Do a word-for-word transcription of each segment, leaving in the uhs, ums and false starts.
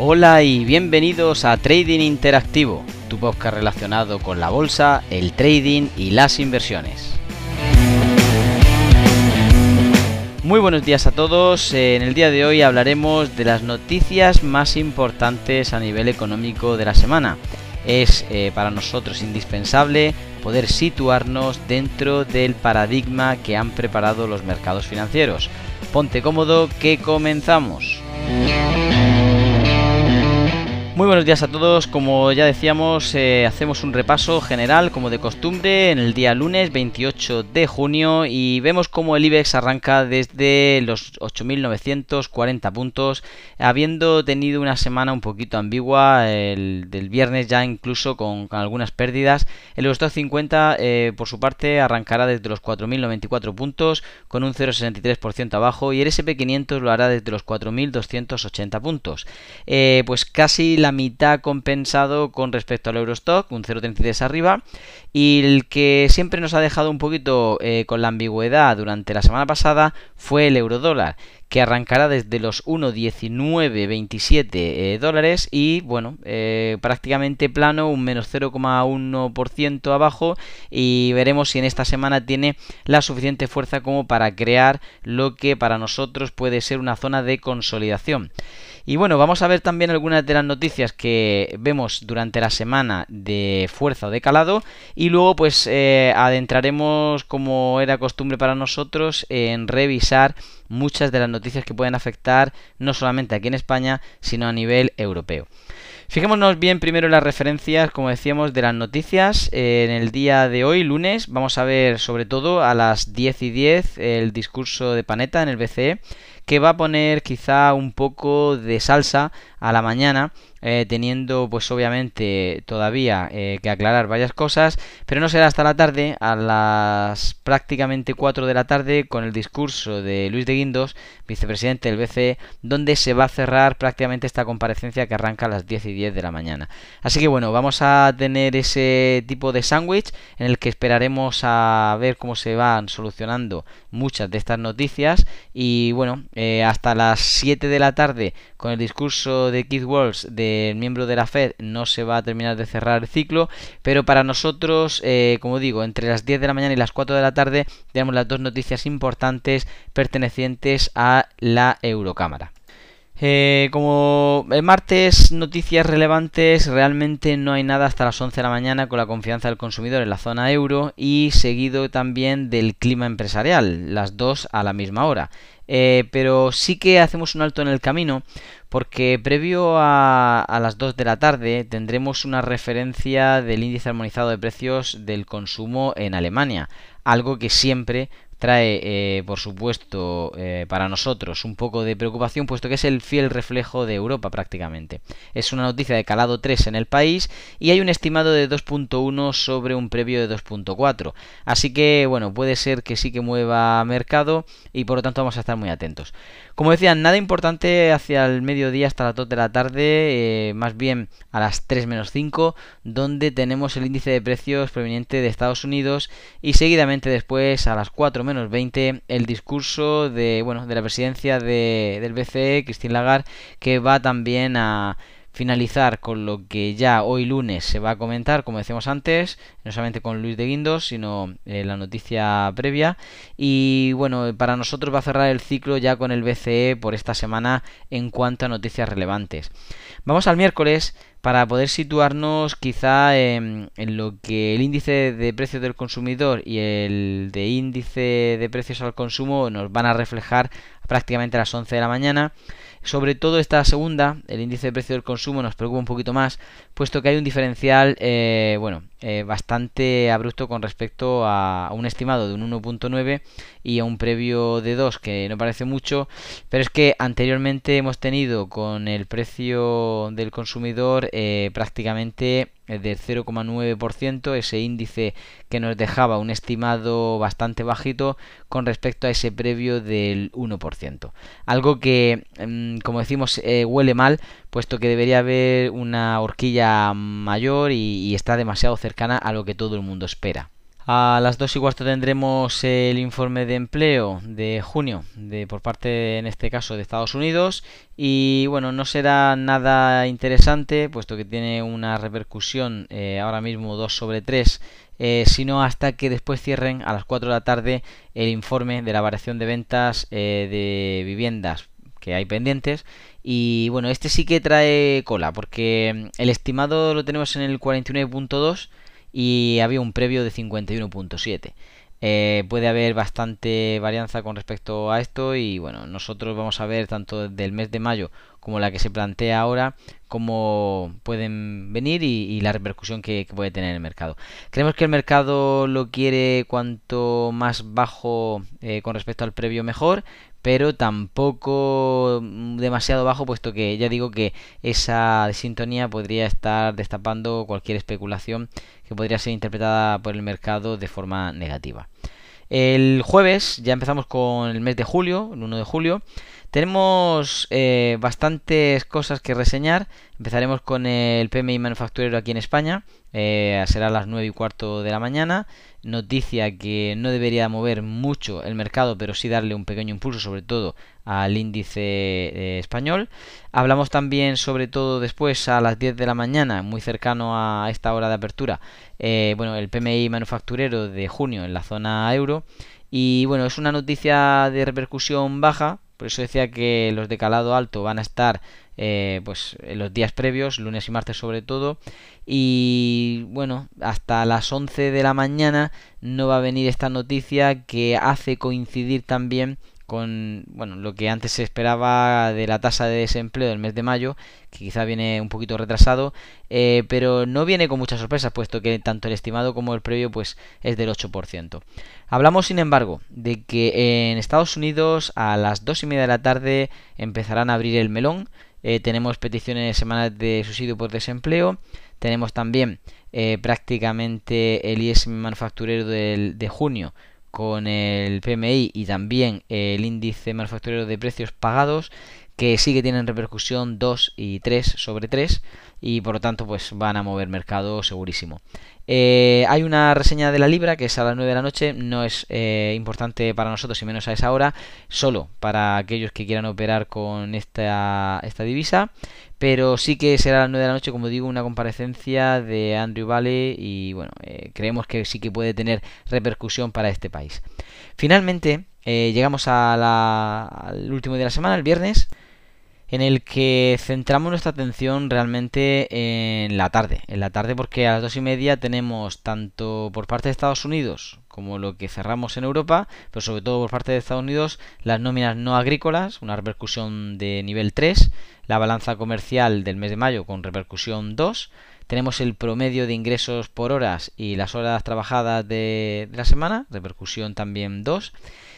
Hola y bienvenidos a Trading Interactivo, tu podcast relacionado con la bolsa, el trading y las inversiones. Muy buenos días a todos. En el día de hoy hablaremos de las noticias más importantes a nivel económico de la semana. Es eh, para nosotros indispensable poder situarnos dentro del paradigma que han preparado los mercados financieros. Ponte cómodo que comenzamos. Muy buenos días a todos. Como ya decíamos, eh, hacemos un repaso general como de costumbre en el día lunes veintiocho de junio y vemos cómo el IBEX arranca desde los ocho mil novecientos cuarenta puntos, habiendo tenido una semana un poquito ambigua, el del viernes ya incluso con, con algunas pérdidas. El Eurostoxx cincuenta eh, por su parte arrancará desde los cuatro mil noventa y cuatro puntos con un cero coma sesenta y tres por ciento abajo, y el ese and pe quinientos lo hará desde los cuatro mil doscientos ochenta puntos, eh, pues casi la mitad compensado con respecto al Eurostoxx, un cero coma treinta y tres arriba. Y el que siempre nos ha dejado un poquito eh, con la ambigüedad durante la semana pasada fue el eurodólar, que arrancará desde los uno coma diecinueve veintisiete eh, dólares y bueno, eh, prácticamente plano, un menos cero coma uno por ciento abajo, y veremos si en esta semana tiene la suficiente fuerza como para crear lo que para nosotros puede ser una zona de consolidación. Y bueno, vamos a ver también algunas de las noticias que vemos durante la semana de fuerza o de calado, y luego pues eh, adentraremos, como era costumbre para nosotros, en revisar muchas de las noticias que pueden afectar no solamente aquí en España, sino a nivel europeo. Fijémonos bien primero en las referencias, como decíamos, de las noticias. Eh, en el día de hoy, lunes, vamos a ver sobre todo a las diez y diez el discurso de Panetta en el B C E, que va a poner quizá un poco de salsa a la mañana, eh, teniendo pues obviamente todavía eh, que aclarar varias cosas, pero no será hasta la tarde, a las prácticamente cuatro de la tarde, con el discurso de Luis de Guindos, vicepresidente del B C E, donde se va a cerrar prácticamente esta comparecencia que arranca a las diez y diez de la mañana. Así que bueno, vamos a tener ese tipo de sándwich en el que esperaremos a ver cómo se van solucionando muchas de estas noticias, y bueno, eh, hasta las siete de la tarde con el discurso de Keith Walsh, del miembro de la Fed, no se va a terminar de cerrar el ciclo, pero para nosotros, eh, como digo, entre las diez de la mañana y las cuatro de la tarde tenemos las dos noticias importantes pertenecientes a la Eurocámara. Eh, como el martes, noticias relevantes, realmente no hay nada hasta las once de la mañana con la confianza del consumidor en la zona euro, y seguido también del clima empresarial, las dos a la misma hora. Eh, pero sí que hacemos un alto en el camino, porque previo a, a las dos de la tarde tendremos una referencia del índice armonizado de precios del consumo en Alemania, algo que siempre trae, eh, por supuesto, eh, para nosotros un poco de preocupación, puesto que es el fiel reflejo de Europa prácticamente. Es una noticia de calado tres en el país y hay un estimado de dos punto uno sobre un previo de dos punto cuatro. Así que, bueno, puede ser que sí que mueva mercado y por lo tanto vamos a estar muy atentos. Como decía, nada importante hacia el mediodía hasta las dos de la tarde, eh, más bien a las tres menos cinco, donde tenemos el índice de precios proveniente de Estados Unidos, y seguidamente después a las cuatro menos veinte el discurso de, bueno, de la presidencia de, del B C E, Christine Lagarde, que va también a finalizar con lo que ya hoy lunes se va a comentar, como decíamos antes, no solamente con Luis de Guindos, sino eh, la noticia previa. Y bueno, para nosotros va a cerrar el ciclo ya con el B C E por esta semana en cuanto a noticias relevantes. Vamos al miércoles para poder situarnos quizá en, en lo que el índice de precios del consumidor y el de índice de precios al consumo nos van a reflejar prácticamente a las once de la mañana. Sobre todo esta segunda, el índice de precio del consumo, nos preocupa un poquito más, puesto que hay un diferencial eh, bueno, eh, bastante abrupto con respecto a un estimado de un uno punto nueve y a un previo de dos, que no parece mucho, pero es que anteriormente hemos tenido con el precio del consumidor eh, prácticamente del cero coma nueve por ciento, ese índice que nos dejaba un estimado bastante bajito con respecto a ese previo del uno por ciento. Algo que, como decimos, eh, huele mal, puesto que debería haber una horquilla mayor y, y está demasiado cercana a lo que todo el mundo espera. A las dos y cuarto tendremos el informe de empleo de junio, de por parte, en este caso, de Estados Unidos. Y bueno, no será nada interesante, puesto que tiene una repercusión eh, ahora mismo dos sobre tres, eh, sino hasta que después cierren a las cuatro de la tarde el informe de la variación de ventas eh, de viviendas que hay pendientes. Y bueno, este sí que trae cola, porque el estimado lo tenemos en el cuarenta y nueve punto dos y había un previo de cincuenta y uno punto siete. Eh, puede haber bastante varianza con respecto a esto y bueno, nosotros vamos a ver tanto del mes de mayo como la que se plantea ahora cómo pueden venir y, y la repercusión que, que puede tener el mercado. Creemos que el mercado lo quiere cuanto más bajo eh, con respecto al previo mejor, pero tampoco demasiado bajo, puesto que ya digo que esa sintonía podría estar destapando cualquier especulación que podría ser interpretada por el mercado de forma negativa. El jueves ya empezamos con el mes de julio, el uno de julio. Tenemos eh, bastantes cosas que reseñar. Empezaremos con el P M I manufacturero aquí en España. Eh, será a las nueve y cuarto de la mañana. Noticia que no debería mover mucho el mercado, pero sí darle un pequeño impulso, sobre todo al índice eh, español. Hablamos también, sobre todo después a las diez de la mañana, muy cercano a esta hora de apertura, eh, bueno, el P M I manufacturero de junio en la zona euro. Y bueno, es una noticia de repercusión baja. Por eso decía que los de calado alto van a estar eh, pues en los días previos, lunes y martes sobre todo. Y bueno, hasta las once de la mañana no va a venir esta noticia, que hace coincidir también con bueno, lo que antes se esperaba de la tasa de desempleo del mes de mayo, que quizá viene un poquito retrasado, eh, pero no viene con muchas sorpresas, puesto que tanto el estimado como el previo pues es del ocho por ciento. Hablamos, sin embargo, de que en Estados Unidos a las dos y media de la tarde empezarán a abrir el melón. Eh, tenemos peticiones semanales de subsidio por desempleo. Tenemos también eh, prácticamente el I S M manufacturero del, de junio, con el P M I y también el índice manufacturero de precios pagados, que sí que tienen repercusión dos y tres sobre tres, y por lo tanto pues van a mover mercado segurísimo. Eh, hay una reseña de la libra que es a las nueve de la noche, no es eh, importante para nosotros y menos a esa hora, solo para aquellos que quieran operar con esta, esta divisa. Pero sí que será a las nueve de la noche, como digo, una comparecencia de Andrew Bailey y bueno, eh, creemos que sí que puede tener repercusión para este país. Finalmente, eh, llegamos a la, al último día de la semana, el viernes, en el que centramos nuestra atención realmente en la tarde, en la tarde porque a las dos y media tenemos tanto por parte de Estados Unidos como lo que cerramos en Europa, pero sobre todo por parte de Estados Unidos, las nóminas no agrícolas, una repercusión de nivel tres, la balanza comercial del mes de mayo con repercusión dos, tenemos el promedio de ingresos por horas y las horas trabajadas de, de la semana, repercusión también dos,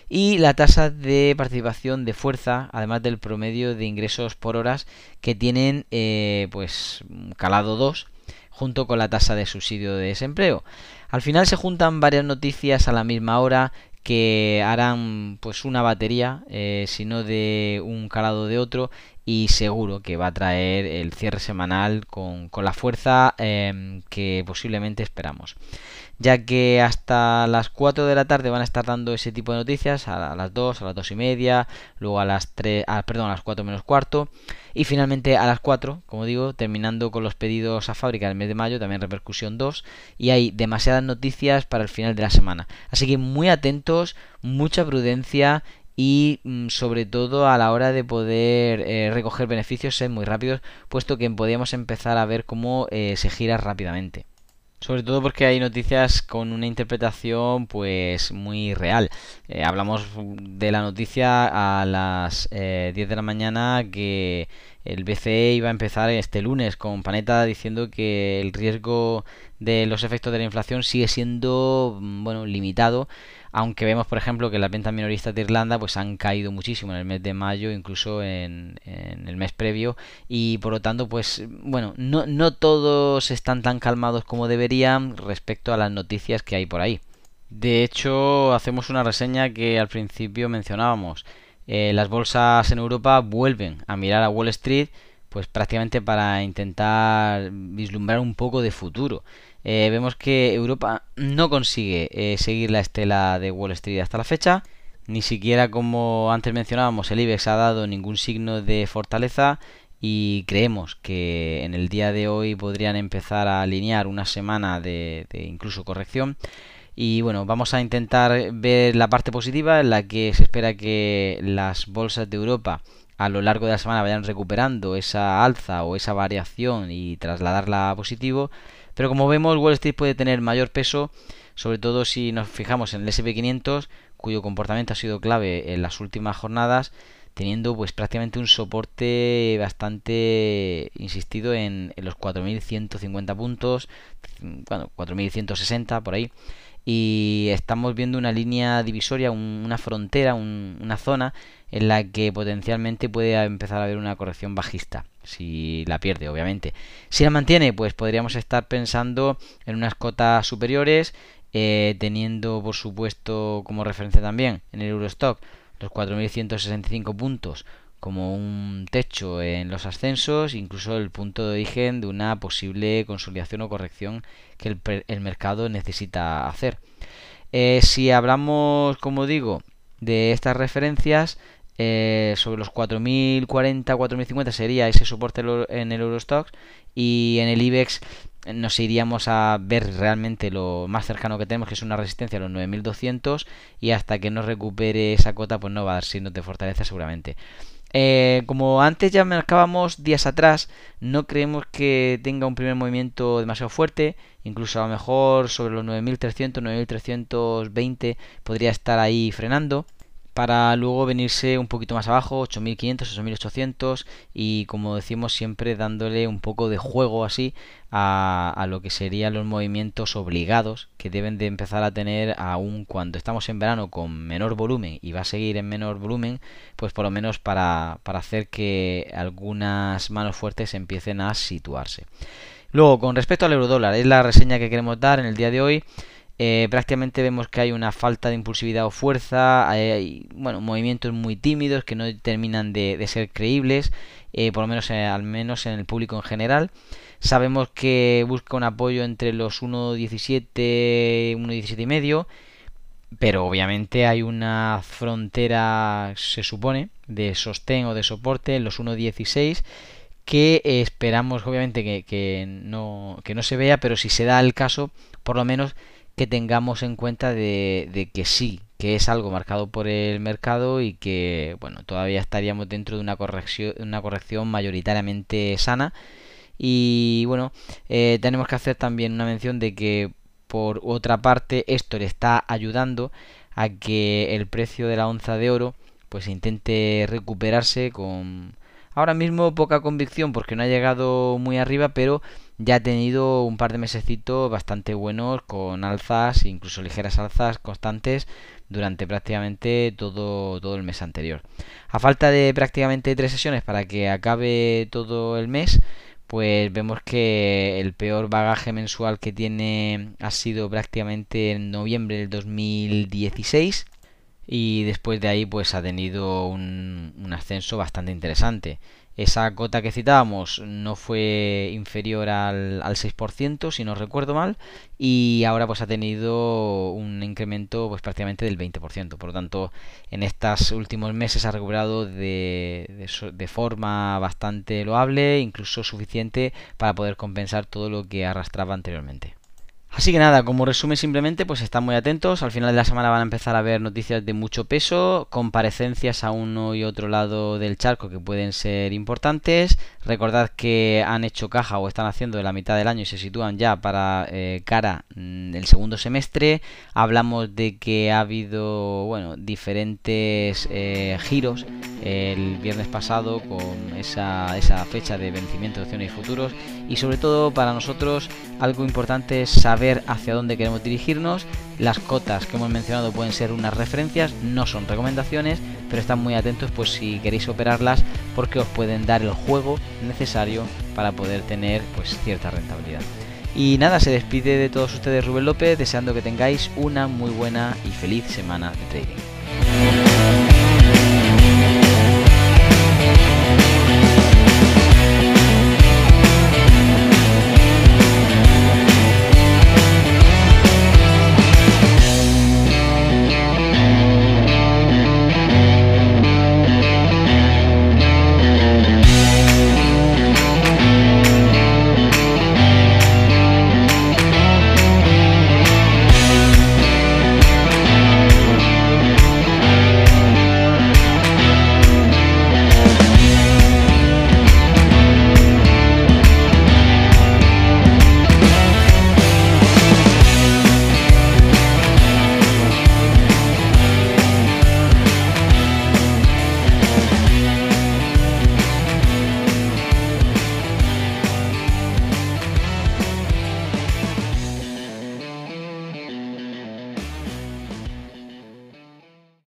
y la tasa de participación de fuerza, además del promedio de ingresos por horas, que tienen eh, pues calado dos, junto con la tasa de subsidio de desempleo. Al final se juntan varias noticias a la misma hora que harán pues una batería, eh, si no de un calado de otro, y seguro que va a traer el cierre semanal con, con la fuerza eh, que posiblemente esperamos, ya que hasta las cuatro de la tarde van a estar dando ese tipo de noticias, a las dos, a las dos y media, luego a las tres, ah, perdón, a las cuatro menos cuarto, y finalmente a las cuatro, como digo, terminando con los pedidos a fábrica del mes de mayo, también repercusión dos, y hay demasiadas noticias para el final de la semana. Así que muy atentos, mucha prudencia y sobre todo a la hora de poder eh, recoger beneficios, ser muy rápidos, puesto que podríamos empezar a ver cómo eh, se gira rápidamente. Sobre todo porque hay noticias con una interpretación pues muy real. Eh, hablamos de la noticia a las eh, diez de la mañana que el B C E iba a empezar este lunes con Panetta diciendo que el riesgo de los efectos de la inflación sigue siendo bueno limitado, aunque vemos por ejemplo que las ventas minoristas de Irlanda pues han caído muchísimo en el mes de mayo, incluso en, en el mes previo, y por lo tanto pues bueno, no, no todos están tan calmados como deberían respecto a las noticias que hay por ahí. De hecho, hacemos una reseña que al principio mencionábamos. Eh, las bolsas en Europa vuelven a mirar a Wall Street pues prácticamente para intentar vislumbrar un poco de futuro. Eh, vemos que Europa no consigue eh, seguir la estela de Wall Street hasta la fecha. Ni siquiera, como antes mencionábamos, el IBEX ha dado ningún signo de fortaleza y creemos que en el día de hoy podrían empezar a alinear una semana de, de incluso corrección. Y bueno, vamos a intentar ver la parte positiva, en la que se espera que las bolsas de Europa a lo largo de la semana vayan recuperando esa alza o esa variación y trasladarla a positivo. Pero como vemos, Wall Street puede tener mayor peso, sobre todo si nos fijamos en el ese and pe quinientos, cuyo comportamiento ha sido clave en las últimas jornadas, teniendo pues prácticamente un soporte bastante insistido en, en los cuatro mil ciento cincuenta puntos, bueno, cuatro mil ciento sesenta por ahí. Y estamos viendo una línea divisoria, un, una frontera, un, una zona en la que potencialmente puede empezar a haber una corrección bajista, si la pierde, obviamente. Si la mantiene, pues podríamos estar pensando en unas cotas superiores, eh, teniendo por supuesto como referencia también en el Eurostock los cuatro mil ciento sesenta y cinco puntos como un techo en los ascensos, incluso el punto de origen de una posible consolidación o corrección que el, el mercado necesita hacer. Eh, si hablamos, como digo, de estas referencias, eh, sobre los cuatro mil cuarenta, cuatro mil cincuenta sería ese soporte en el Eurostoxx, y en el IBEX nos iríamos a ver realmente lo más cercano que tenemos, que es una resistencia a los nueve mil doscientos, y hasta que no recupere esa cota pues no va a dar signos de fortaleza seguramente. Eh, como antes ya marcábamos días atrás, no creemos que tenga un primer movimiento demasiado fuerte, incluso a lo mejor sobre los nueve mil trescientos, nueve mil trescientos veinte podría estar ahí frenando, para luego venirse un poquito más abajo, ocho mil quinientos, ocho mil ochocientos, y como decimos siempre dándole un poco de juego así a, a lo que serían los movimientos obligados que deben de empezar a tener aún cuando estamos en verano con menor volumen, y va a seguir en menor volumen, pues por lo menos para, para hacer que algunas manos fuertes empiecen a situarse. Luego, con respecto al eurodólar, es la reseña que queremos dar en el día de hoy. Eh, prácticamente vemos que hay una falta de impulsividad o fuerza, hay bueno, movimientos muy tímidos que no terminan de, de ser creíbles, eh, por lo menos eh, al menos en el público en general. Sabemos que busca un apoyo entre los uno diecisiete, uno diecisiete y medio, pero obviamente hay una frontera, se supone, de sostén o de soporte en los uno dieciséis, que eh, esperamos obviamente que, que, no, que no se vea, pero si se da el caso, por lo menos que tengamos en cuenta de, de que sí, que es algo marcado por el mercado, y que bueno, todavía estaríamos dentro de una corrección, una corrección mayoritariamente sana. Y bueno, eh, tenemos que hacer también una mención de que por otra parte esto le está ayudando a que el precio de la onza de oro pues intente recuperarse, con ahora mismo poca convicción porque no ha llegado muy arriba, pero ya ha tenido un par de mesecitos bastante buenos, con alzas, incluso ligeras alzas constantes durante prácticamente todo, todo el mes anterior. A falta de prácticamente tres sesiones para que acabe todo el mes, pues vemos que el peor bagaje mensual que tiene ha sido prácticamente en noviembre del dos mil dieciséis, y después de ahí pues ha tenido un, un ascenso bastante interesante. Esa cota que citábamos no fue inferior al, al seis por ciento, si no recuerdo mal, y ahora pues ha tenido un incremento pues prácticamente del veinte por ciento. Por lo tanto, en estos últimos meses ha recuperado de, de, de forma bastante loable, incluso suficiente para poder compensar todo lo que arrastraba anteriormente. Así que nada, como resumen simplemente, pues están muy atentos. Al final de la semana van a empezar a haber noticias de mucho peso, comparecencias a uno y otro lado del charco que pueden ser importantes. Recordad que han hecho caja o están haciendo de la mitad del año y se sitúan ya para eh, cara mm, el segundo semestre. Hablamos de que ha habido bueno diferentes eh, giros el viernes pasado con esa, esa fecha de vencimiento de opciones y futuros, y sobre todo para nosotros algo importante es saber hacia dónde queremos dirigirnos. Las cotas que hemos mencionado pueden ser unas referencias, no son recomendaciones, pero están muy atentos pues si queréis operarlas, porque os pueden dar el juego necesario para poder tener pues cierta rentabilidad. Y nada, se despide de todos ustedes Rubén López, deseando que tengáis una muy buena y feliz semana de trading.